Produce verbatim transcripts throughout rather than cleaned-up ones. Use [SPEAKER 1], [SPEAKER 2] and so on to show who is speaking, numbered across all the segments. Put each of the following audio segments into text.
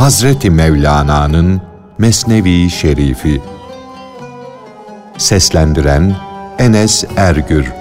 [SPEAKER 1] Hazreti Mevlana'nın Mesnevi Şerifi. Seslendiren Enes Ergür.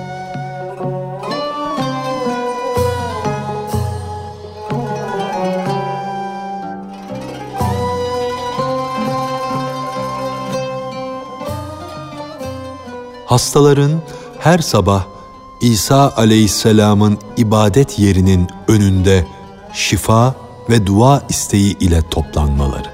[SPEAKER 2] Hastaların her sabah İsa aleyhisselamın ibadet yerinin önünde şifa ve dua isteği ile toplanmaları.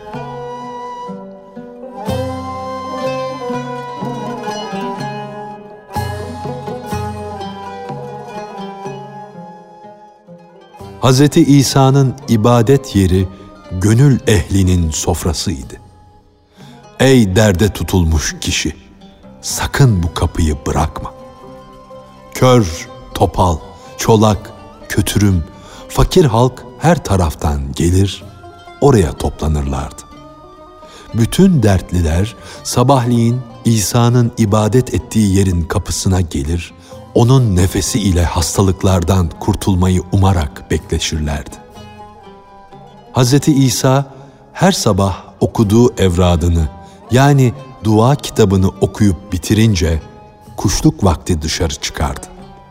[SPEAKER 2] Hazreti İsa'nın ibadet yeri gönül ehlinin sofrasıydı. Ey derde tutulmuş kişi! Sakın bu kapıyı bırakma. Kör, topal, çolak, kötürüm, fakir halk her taraftan gelir, oraya toplanırlardı. Bütün dertliler sabahleyin İsa'nın ibadet ettiği yerin kapısına gelir, onun nefesi ile hastalıklardan kurtulmayı umarak bekleşirlerdi. Hazreti İsa her sabah okuduğu evradını, yani dua kitabını okuyup bitirince kuşluk vakti dışarı çıkardı.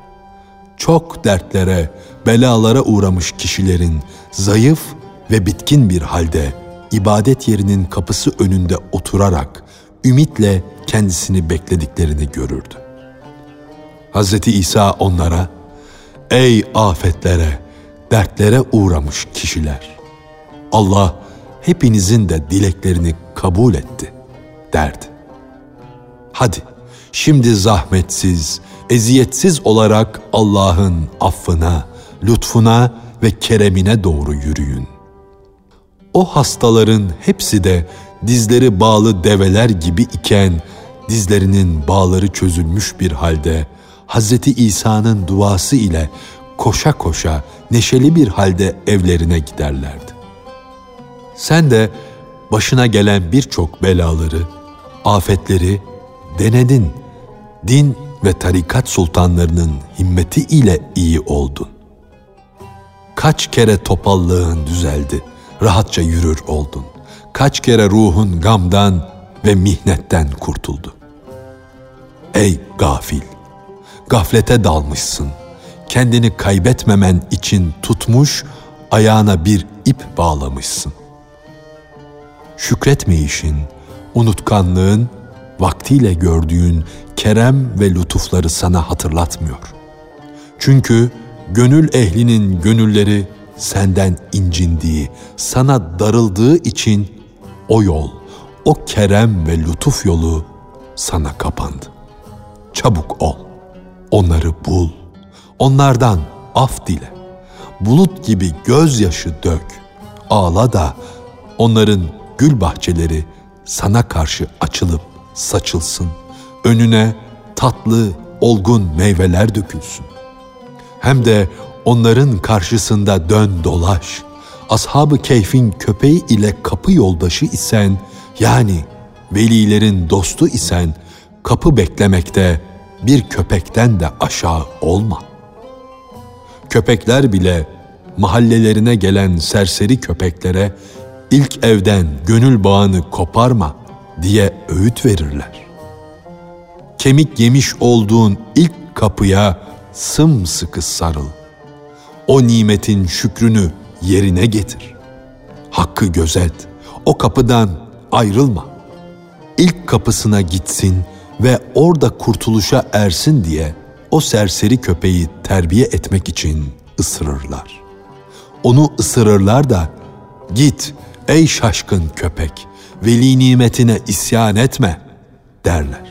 [SPEAKER 2] Çok dertlere, belalara uğramış kişilerin zayıf ve bitkin bir halde ibadet yerinin kapısı önünde oturarak ümitle kendisini beklediklerini görürdü. Hazreti İsa onlara, "Ey afetlere, dertlere uğramış kişiler! Allah hepinizin de dileklerini kabul etti," derdi. Hadi şimdi zahmetsiz, eziyetsiz olarak Allah'ın affına, lütfuna ve keremine doğru yürüyün. O hastaların hepsi de dizleri bağlı develer gibi iken, dizlerinin bağları çözülmüş bir halde Hazreti İsa'nın duası ile koşa koşa neşeli bir halde evlerine giderlerdi. Sen de başına gelen birçok belaları, afetleri denedin. Din ve tarikat sultanlarının himmeti ile iyi oldun. Kaç kere topallığın düzeldi, rahatça yürür oldun. Kaç kere ruhun gamdan ve mihnetten kurtuldu. Ey gafil! Gaflete dalmışsın. Kendini kaybetmemen için tutmuş, ayağına bir ip bağlamışsın. Şükretmeyişin, unutkanlığın, vaktiyle gördüğün kerem ve lütufları sana hatırlatmıyor. Çünkü gönül ehlinin gönülleri senden incindiği, sana darıldığı için o yol, o kerem ve lütuf yolu sana kapandı. Çabuk ol, onları bul, onlardan af dile, bulut gibi gözyaşı dök, ağla da onların gül bahçeleri sana karşı açılıp saçılsın, önüne tatlı, olgun meyveler dökülsün. Hem de onların karşısında dön dolaş, Ashab-ı Kehf'in köpeği ile kapı yoldaşı isen, yani velilerin dostu isen, kapı beklemekte bir köpekten de aşağı olma. Köpekler bile mahallelerine gelen serseri köpeklere ilk evden gönül bağını koparma diye öğüt verirler. Kemik yemiş olduğun ilk kapıya sımsıkı sarıl. O nimetin şükrünü yerine getir. Hakkı gözet, o kapıdan ayrılma. İlk kapısına gitsin ve orada kurtuluşa ersin diye o serseri köpeği terbiye etmek için ısırırlar. Onu ısırırlar da, "Git ey şaşkın köpek, veli nimetine isyan etme," derler.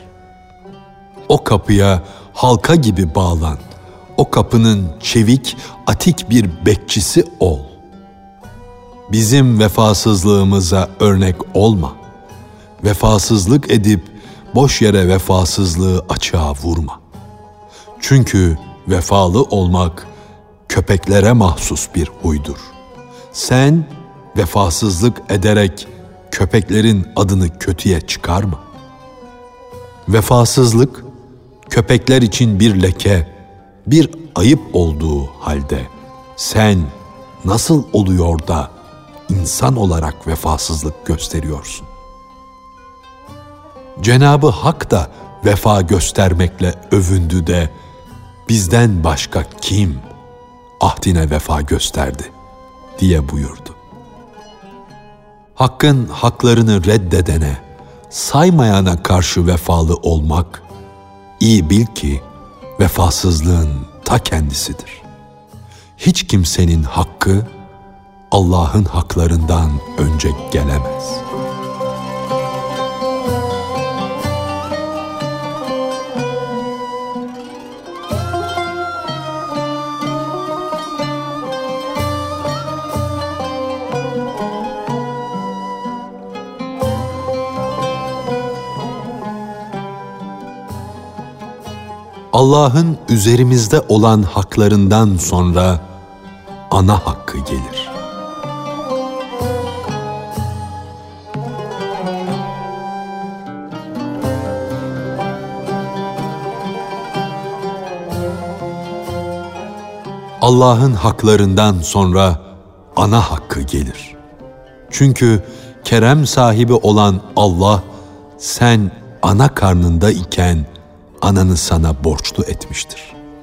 [SPEAKER 2] O kapıya halka gibi bağlan, o kapının çevik, atik bir bekçisi ol. Bizim vefasızlığımıza örnek olma. Vefasızlık edip boş yere vefasızlığı açığa vurma. Çünkü vefalı olmak köpeklere mahsus bir huydur. Sen vefasızlık ederek köpeklerin adını kötüye çıkarma. Vefasızlık köpekler için bir leke, bir ayıp olduğu halde sen nasıl oluyor da insan olarak vefasızlık gösteriyorsun. Cenab-ı Hak da vefa göstermekle övündü de, bizden başka kim ahdine vefa gösterdi diye buyurdu. Hakkın haklarını reddedene, saymayana karşı vefalı olmak, iyi bil ki vefasızlığın ta kendisidir. Hiç kimsenin hakkı Allah'ın haklarından önce gelemez. Allah'ın üzerimizde olan haklarından sonra ana hakkı gelir. Allah'ın haklarından sonra ana hakkı gelir. Çünkü kerem sahibi olan Allah, sen ana karnında iken ananı sana borçlu etmiştir.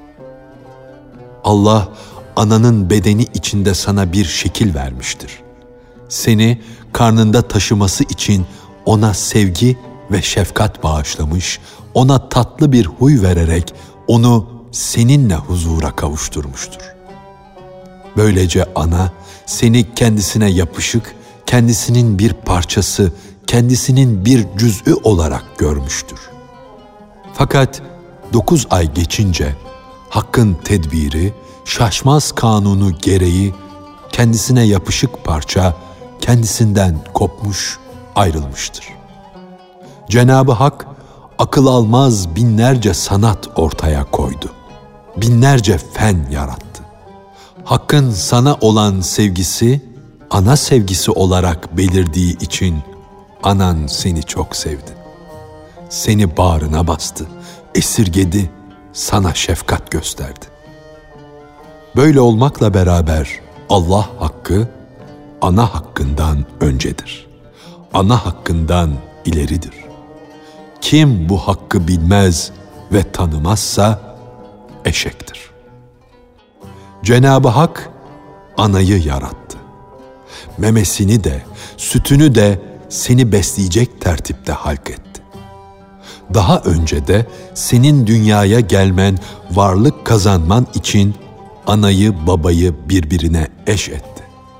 [SPEAKER 2] Allah, ananın bedeni içinde sana bir şekil vermiştir. Seni karnında taşıması için ona sevgi ve şefkat bağışlamış, ona tatlı bir huy vererek onu seninle huzura kavuşturmuştur. Böylece ana, seni kendisine yapışık, kendisinin bir parçası, kendisinin bir cüz'ü olarak görmüştür. Fakat dokuz ay geçince Hakk'ın tedbiri, şaşmaz kanunu gereği kendisine yapışık parça kendisinden kopmuş, ayrılmıştır. Cenab-ı Hak akıl almaz binlerce sanat ortaya koydu. Binlerce fen yarattı. Hakk'ın sana olan sevgisi, ana sevgisi olarak belirdiği için anan seni çok sevdi. Seni bağrına bastı, esirgedi, sana şefkat gösterdi. Böyle olmakla beraber Allah hakkı, ana hakkından öncedir. Ana hakkından ileridir. Kim bu hakkı bilmez ve tanımazsa eşektir. Cenab-ı Hak anayı yarattı. Memesini de, sütünü de seni besleyecek tertipte halketti. Daha önce de senin dünyaya gelmen, varlık kazanman için anayı babayı birbirine eş etti.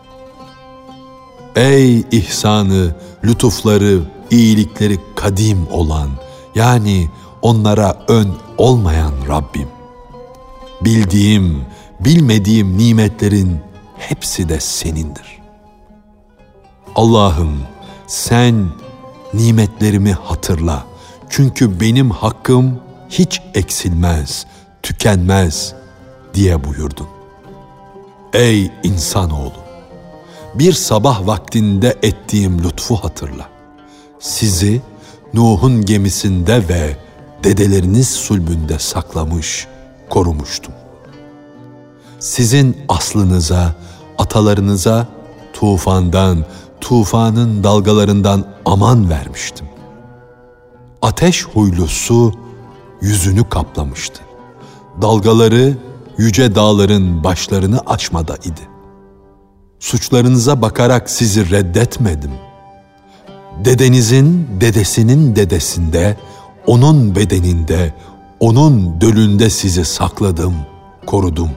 [SPEAKER 2] Ey ihsanı, lütufları, iyilikleri kadim olan, yani onlara ön olmayan Rabbim. Bildiğim, bilmediğim nimetlerin hepsi de senindir. Allah'ım, sen nimetlerimi hatırla. Çünkü benim hakkım hiç eksilmez, tükenmez diye buyurdun. Ey insanoğlu! Bir sabah vaktinde ettiğim lütfu hatırla. Sizi Nuh'un gemisinde ve dedeleriniz sulbünde saklamış, korumuştum. Sizin aslınıza, atalarınıza tufandan, tufanın dalgalarından aman vermiştim. Ateş huylu su yüzünü kaplamıştı. Dalgaları yüce dağların başlarını aşmada idi. Suçlarınıza bakarak sizi reddetmedim. Dedenizin dedesinin dedesinde, onun bedeninde, onun dölünde sizi sakladım, korudum.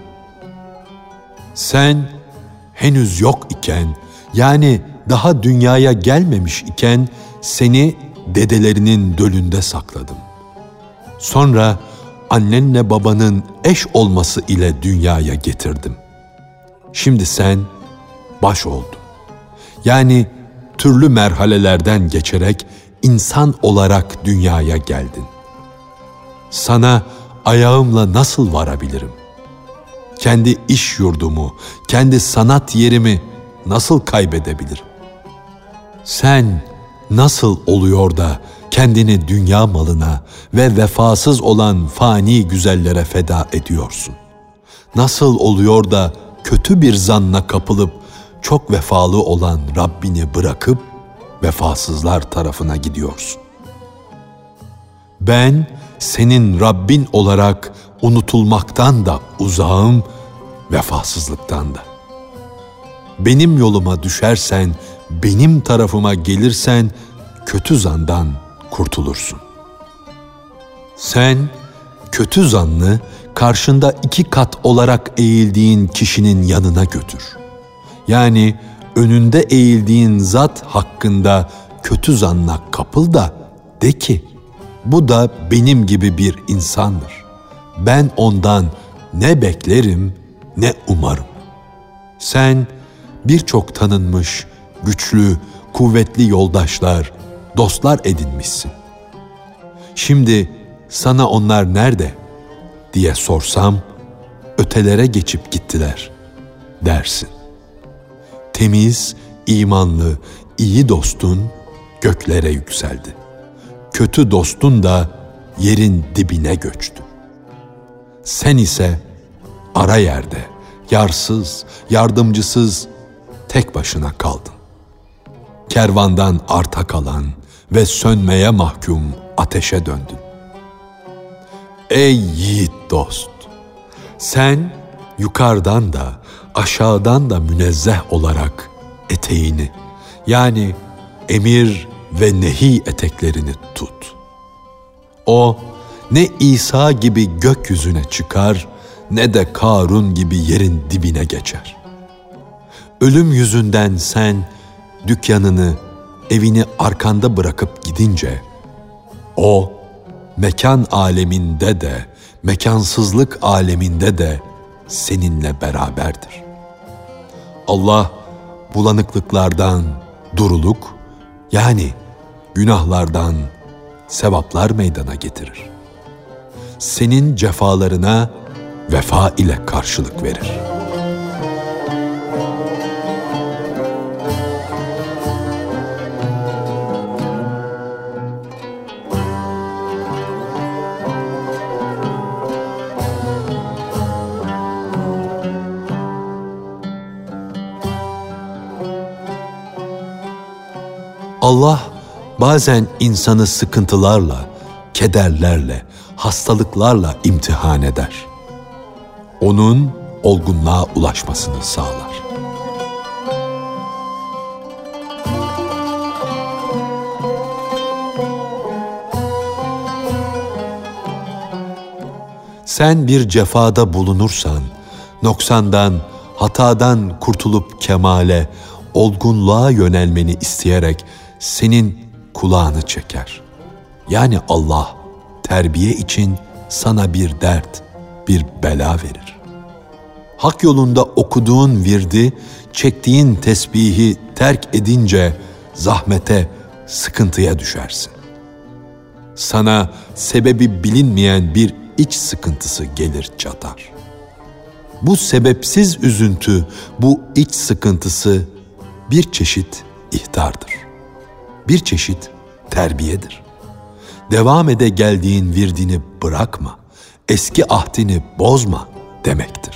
[SPEAKER 2] Sen henüz yok iken, yani daha dünyaya gelmemiş iken seni dedelerinin dölünde sakladım. Sonra annenle babanın eş olması ile dünyaya getirdim. Şimdi sen baş oldun. Yani türlü merhalelerden geçerek insan olarak dünyaya geldin. Sana ayağımla nasıl varabilirim? Kendi iş yurdumu, kendi sanat yerimi nasıl kaybedebilirim? Sen nasıl oluyor da kendini dünya malına ve vefasız olan fani güzellere feda ediyorsun? Nasıl oluyor da kötü bir zanla kapılıp çok vefalı olan Rabbini bırakıp vefasızlar tarafına gidiyorsun. Ben senin Rabbin olarak unutulmaktan da uzağım, vefasızlıktan da. Benim yoluma düşersen, benim tarafıma gelirsen kötü zandan kurtulursun. Sen kötü zannı karşında iki kat olarak eğildiğin kişinin yanına götür. Yani önünde eğildiğin zat hakkında kötü zanna kapıl da de ki, bu da benim gibi bir insandır. Ben ondan ne beklerim ne umarım. Sen birçok tanınmış, güçlü, kuvvetli yoldaşlar, dostlar edinmişsin. Şimdi sana onlar nerede diye sorsam, ötelere geçip gittiler dersin. Temiz, imanlı, iyi dostun göklere yükseldi. Kötü dostun da yerin dibine göçtü. Sen ise ara yerde, yarsız, yardımcısız, tek başına kaldın. Kervandan arta kalan ve sönmeye mahkum ateşe döndün. Ey yiğit dost! Sen yukarıdan da aşağıdan da münezzeh olarak eteğini, yani emir ve nehi eteklerini tut. O ne İsa gibi gökyüzüne çıkar, ne de Karun gibi yerin dibine geçer. Ölüm yüzünden sen dükkanını, evini arkanda bırakıp gidince, o mekan aleminde de, mekansızlık aleminde de seninle beraberdir. Allah bulanıklıklardan duruluk, yani günahlardan sevaplar meydana getirir. Senin cefalarına vefa ile karşılık verir. Allah bazen insanı sıkıntılarla, kederlerle, hastalıklarla imtihan eder. Onun olgunluğa ulaşmasını sağlar. Sen bir cefada bulunursan, noksandan, hatadan kurtulup kemale, olgunluğa yönelmeni isteyerek senin kulağını çeker. Yani Allah terbiye için sana bir dert, bir bela verir. Hak yolunda okuduğun virdi, çektiğin tesbihi terk edince zahmete, sıkıntıya düşersin. Sana sebebi bilinmeyen bir iç sıkıntısı gelir çatar. Bu sebepsiz üzüntü, bu iç sıkıntısı bir çeşit ihtardır. Bir çeşit terbiyedir. Devam ede geldiğin virdini bırakma, eski ahdini bozma demektir.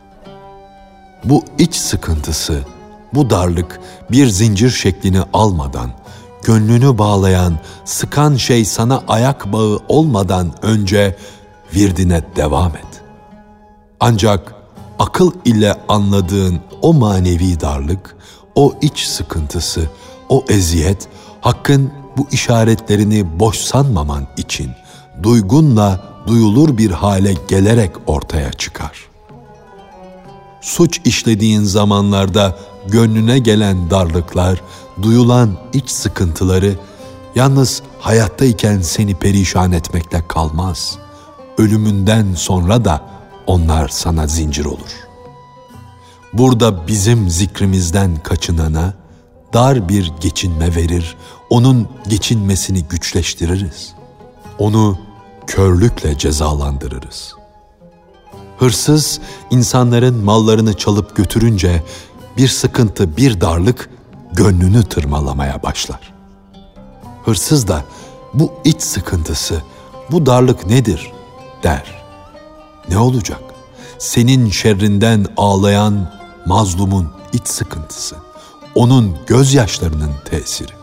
[SPEAKER 2] Bu iç sıkıntısı, bu darlık bir zincir şeklini almadan, gönlünü bağlayan, sıkan şey sana ayak bağı olmadan önce virdine devam et. Ancak akıl ile anladığın o manevi darlık, o iç sıkıntısı, o eziyet, Hakk'ın bu işaretlerini boş sanmaman için duygunla duyulur bir hale gelerek ortaya çıkar. Suç işlediğin zamanlarda gönlüne gelen darlıklar, duyulan iç sıkıntıları yalnız hayattayken seni perişan etmekle kalmaz. Ölümünden sonra da onlar sana zincir olur. Burada bizim zikrimizden kaçınana dar bir geçinme verir, onun geçinmesini güçleştiririz. Onu körlükle cezalandırırız. Hırsız insanların mallarını çalıp götürünce bir sıkıntı, bir darlık gönlünü tırmalamaya başlar. Hırsız da bu iç sıkıntısı, bu darlık nedir der. Ne olacak? Senin şerrinden ağlayan mazlumun iç sıkıntısı, onun gözyaşlarının tesiri.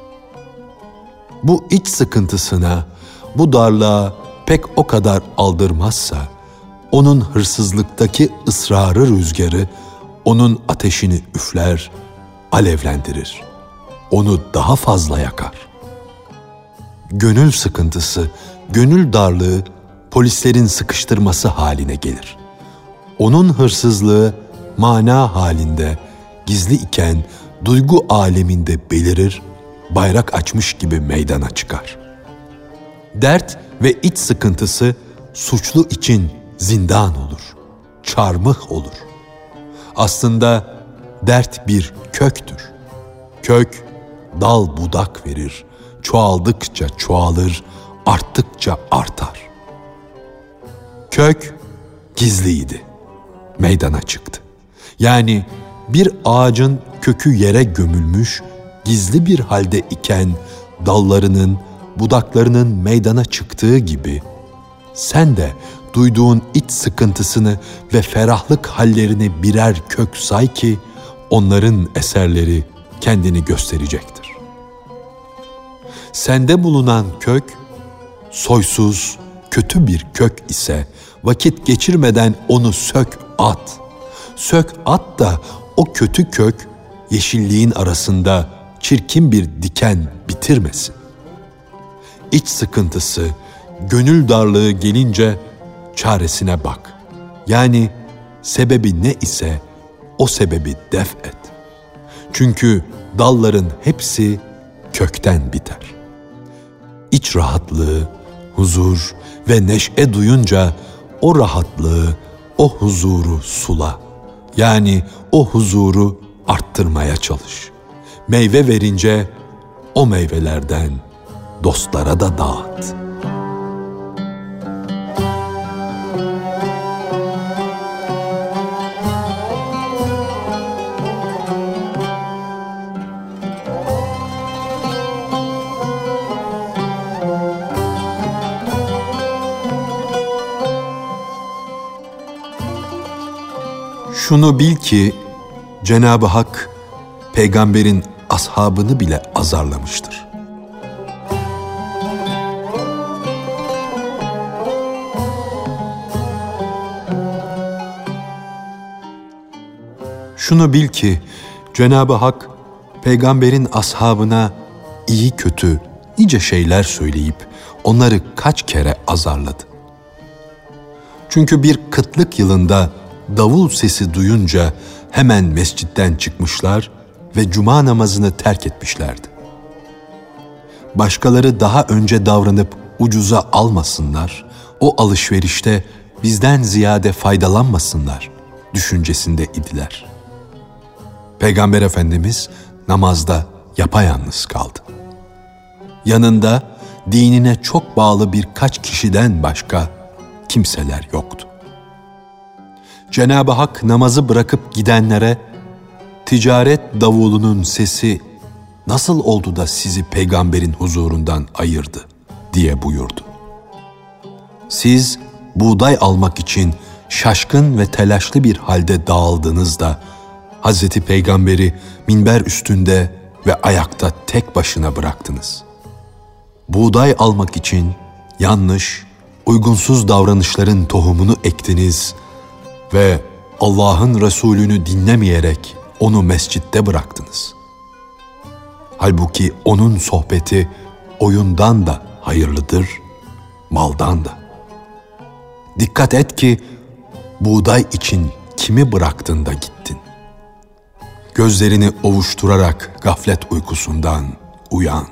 [SPEAKER 2] Bu iç sıkıntısına, bu darlığa pek o kadar aldırmazsa, onun hırsızlıktaki ısrarı rüzgarı, onun ateşini üfler, alevlendirir. Onu daha fazla yakar. Gönül sıkıntısı, gönül darlığı polislerin sıkıştırması haline gelir. Onun hırsızlığı mana halinde, gizli iken duygu aleminde belirir, bayrak açmış gibi meydana çıkar. Dert ve iç sıkıntısı suçlu için zindan olur, çarmıh olur. Aslında dert bir köktür. Kök dal budak verir, çoğaldıkça çoğalır, arttıkça artar. Kök gizliydi, meydana çıktı. Yani bir ağacın kökü yere gömülmüş, gizli bir halde iken dallarının, budaklarının meydana çıktığı gibi, sen de duyduğun iç sıkıntısını ve ferahlık hallerini birer kök say ki, onların eserleri kendini gösterecektir. Sende bulunan kök, soysuz, kötü bir kök ise, vakit geçirmeden onu sök at. Sök at da o kötü kök, yeşilliğin arasında çirkin bir diken bitirmesin. İç sıkıntısı, gönül darlığı gelince çaresine bak. Yani sebebi ne ise o sebebi def et. Çünkü dalların hepsi kökten biter. İç rahatlığı, huzur ve neşe duyunca o rahatlığı, o huzuru sula. Yani o huzuru arttırmaya çalış. Meyve verince o meyvelerden dostlara da dağıt. Şunu bil ki Cenab-ı Hak peygamberin ashabını bile azarlamıştır. Şunu bil ki Cenab-ı Hak peygamberin ashabına iyi kötü nice şeyler söyleyip onları kaç kere azarladı. Çünkü bir kıtlık yılında davul sesi duyunca hemen mescitten çıkmışlar ve cuma namazını terk etmişlerdi. Başkaları daha önce davranıp ucuza almasınlar, o alışverişte bizden ziyade faydalanmasınlar düşüncesinde idiler. Peygamber Efendimiz namazda yapayalnız kaldı. Yanında dinine çok bağlı birkaç kişiden başka kimseler yoktu. Cenab-ı Hak namazı bırakıp gidenlere, ticaret davulunun sesi nasıl oldu da sizi peygamberin huzurundan ayırdı diye buyurdu. Siz buğday almak için şaşkın ve telaşlı bir halde dağıldınız da Hazreti Peygamberi minber üstünde ve ayakta tek başına bıraktınız. Buğday almak için yanlış, uygunsuz davranışların tohumunu ektiniz ve Allah'ın Resulünü dinlemeyerek onu mescitte bıraktınız. Halbuki onun sohbeti oyundan da hayırlıdır, maldan da. Dikkat et ki buğday için kimi bıraktın da gittin? Gözlerini ovuşturarak gaflet uykusundan uyan.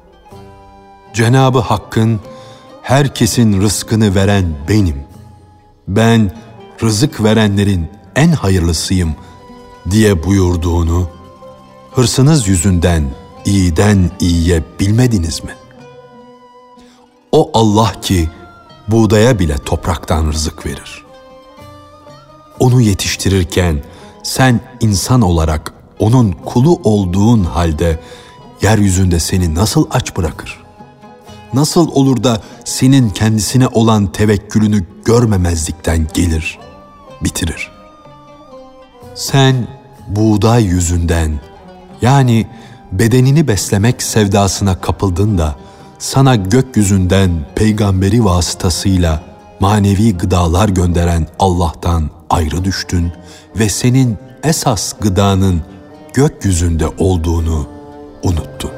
[SPEAKER 2] Cenab-ı Hakk'ın herkesin rızkını veren benim, ben rızık verenlerin en hayırlısıyım diye buyurduğunu, hırsınız yüzünden iyiden iyiye bilmediniz mi? O Allah ki buğdaya bile topraktan rızık verir. Onu yetiştirirken sen insan olarak onun kulu olduğun halde yeryüzünde seni nasıl aç bırakır? Nasıl olur da senin kendisine olan tevekkülünü görmemezlikten gelir, bitirir? Sen buğday yüzünden, yani bedenini beslemek sevdasına kapıldın da sana gökyüzünden peygamberi vasıtasıyla manevi gıdalar gönderen Allah'tan ayrı düştün ve senin esas gıdanın gökyüzünde olduğunu unuttun.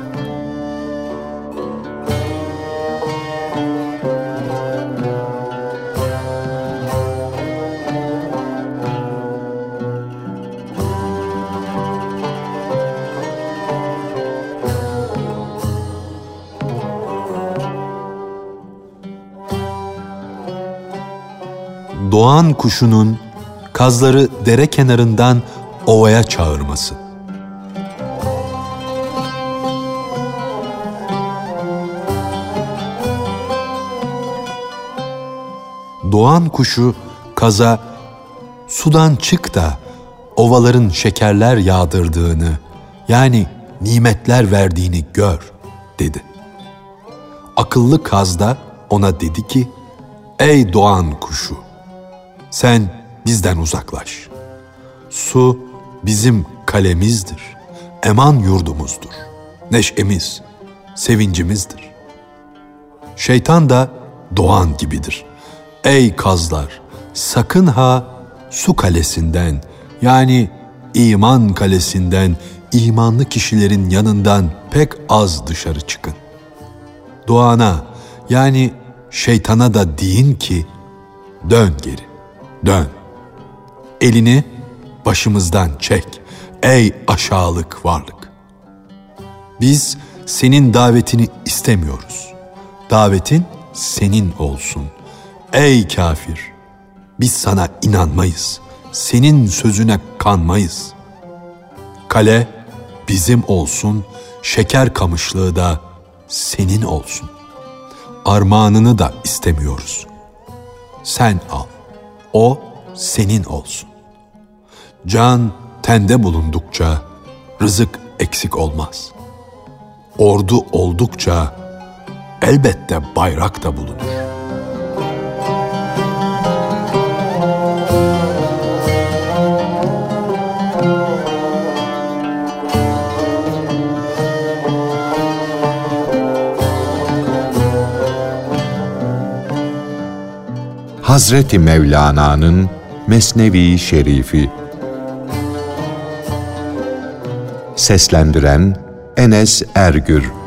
[SPEAKER 2] Doğan kuşunun kazları dere kenarından ovaya çağırması. Doğan kuşu kaza, sudan çık da ovaların şekerler yağdırdığını, yani nimetler verdiğini gör, dedi. Akıllı kaz da ona dedi ki, ey doğan kuşu, sen bizden uzaklaş. Su bizim kalemizdir, eman yurdumuzdur, neşemiz, sevincimizdir. Şeytan da doğan gibidir. Ey kazlar, sakın ha su kalesinden, yani iman kalesinden, imanlı kişilerin yanından pek az dışarı çıkın. Doğana, yani şeytana da deyin ki, dön geri, dön. Elini başımızdan çek, ey aşağılık varlık. Biz senin davetini istemiyoruz. Davetin senin olsun. Ey kafir, biz sana inanmayız. Senin sözüne kanmayız. Kale bizim olsun, şeker kamışlığı da senin olsun. Armağanını da istemiyoruz. Sen al, o senin olsun. Can tende bulundukça rızık eksik olmaz. Ordu oldukça elbette bayrak da bulunur.
[SPEAKER 1] Hazreti Mevlana'nın Mesnevi Şerifi. Seslendiren Enes Ergür.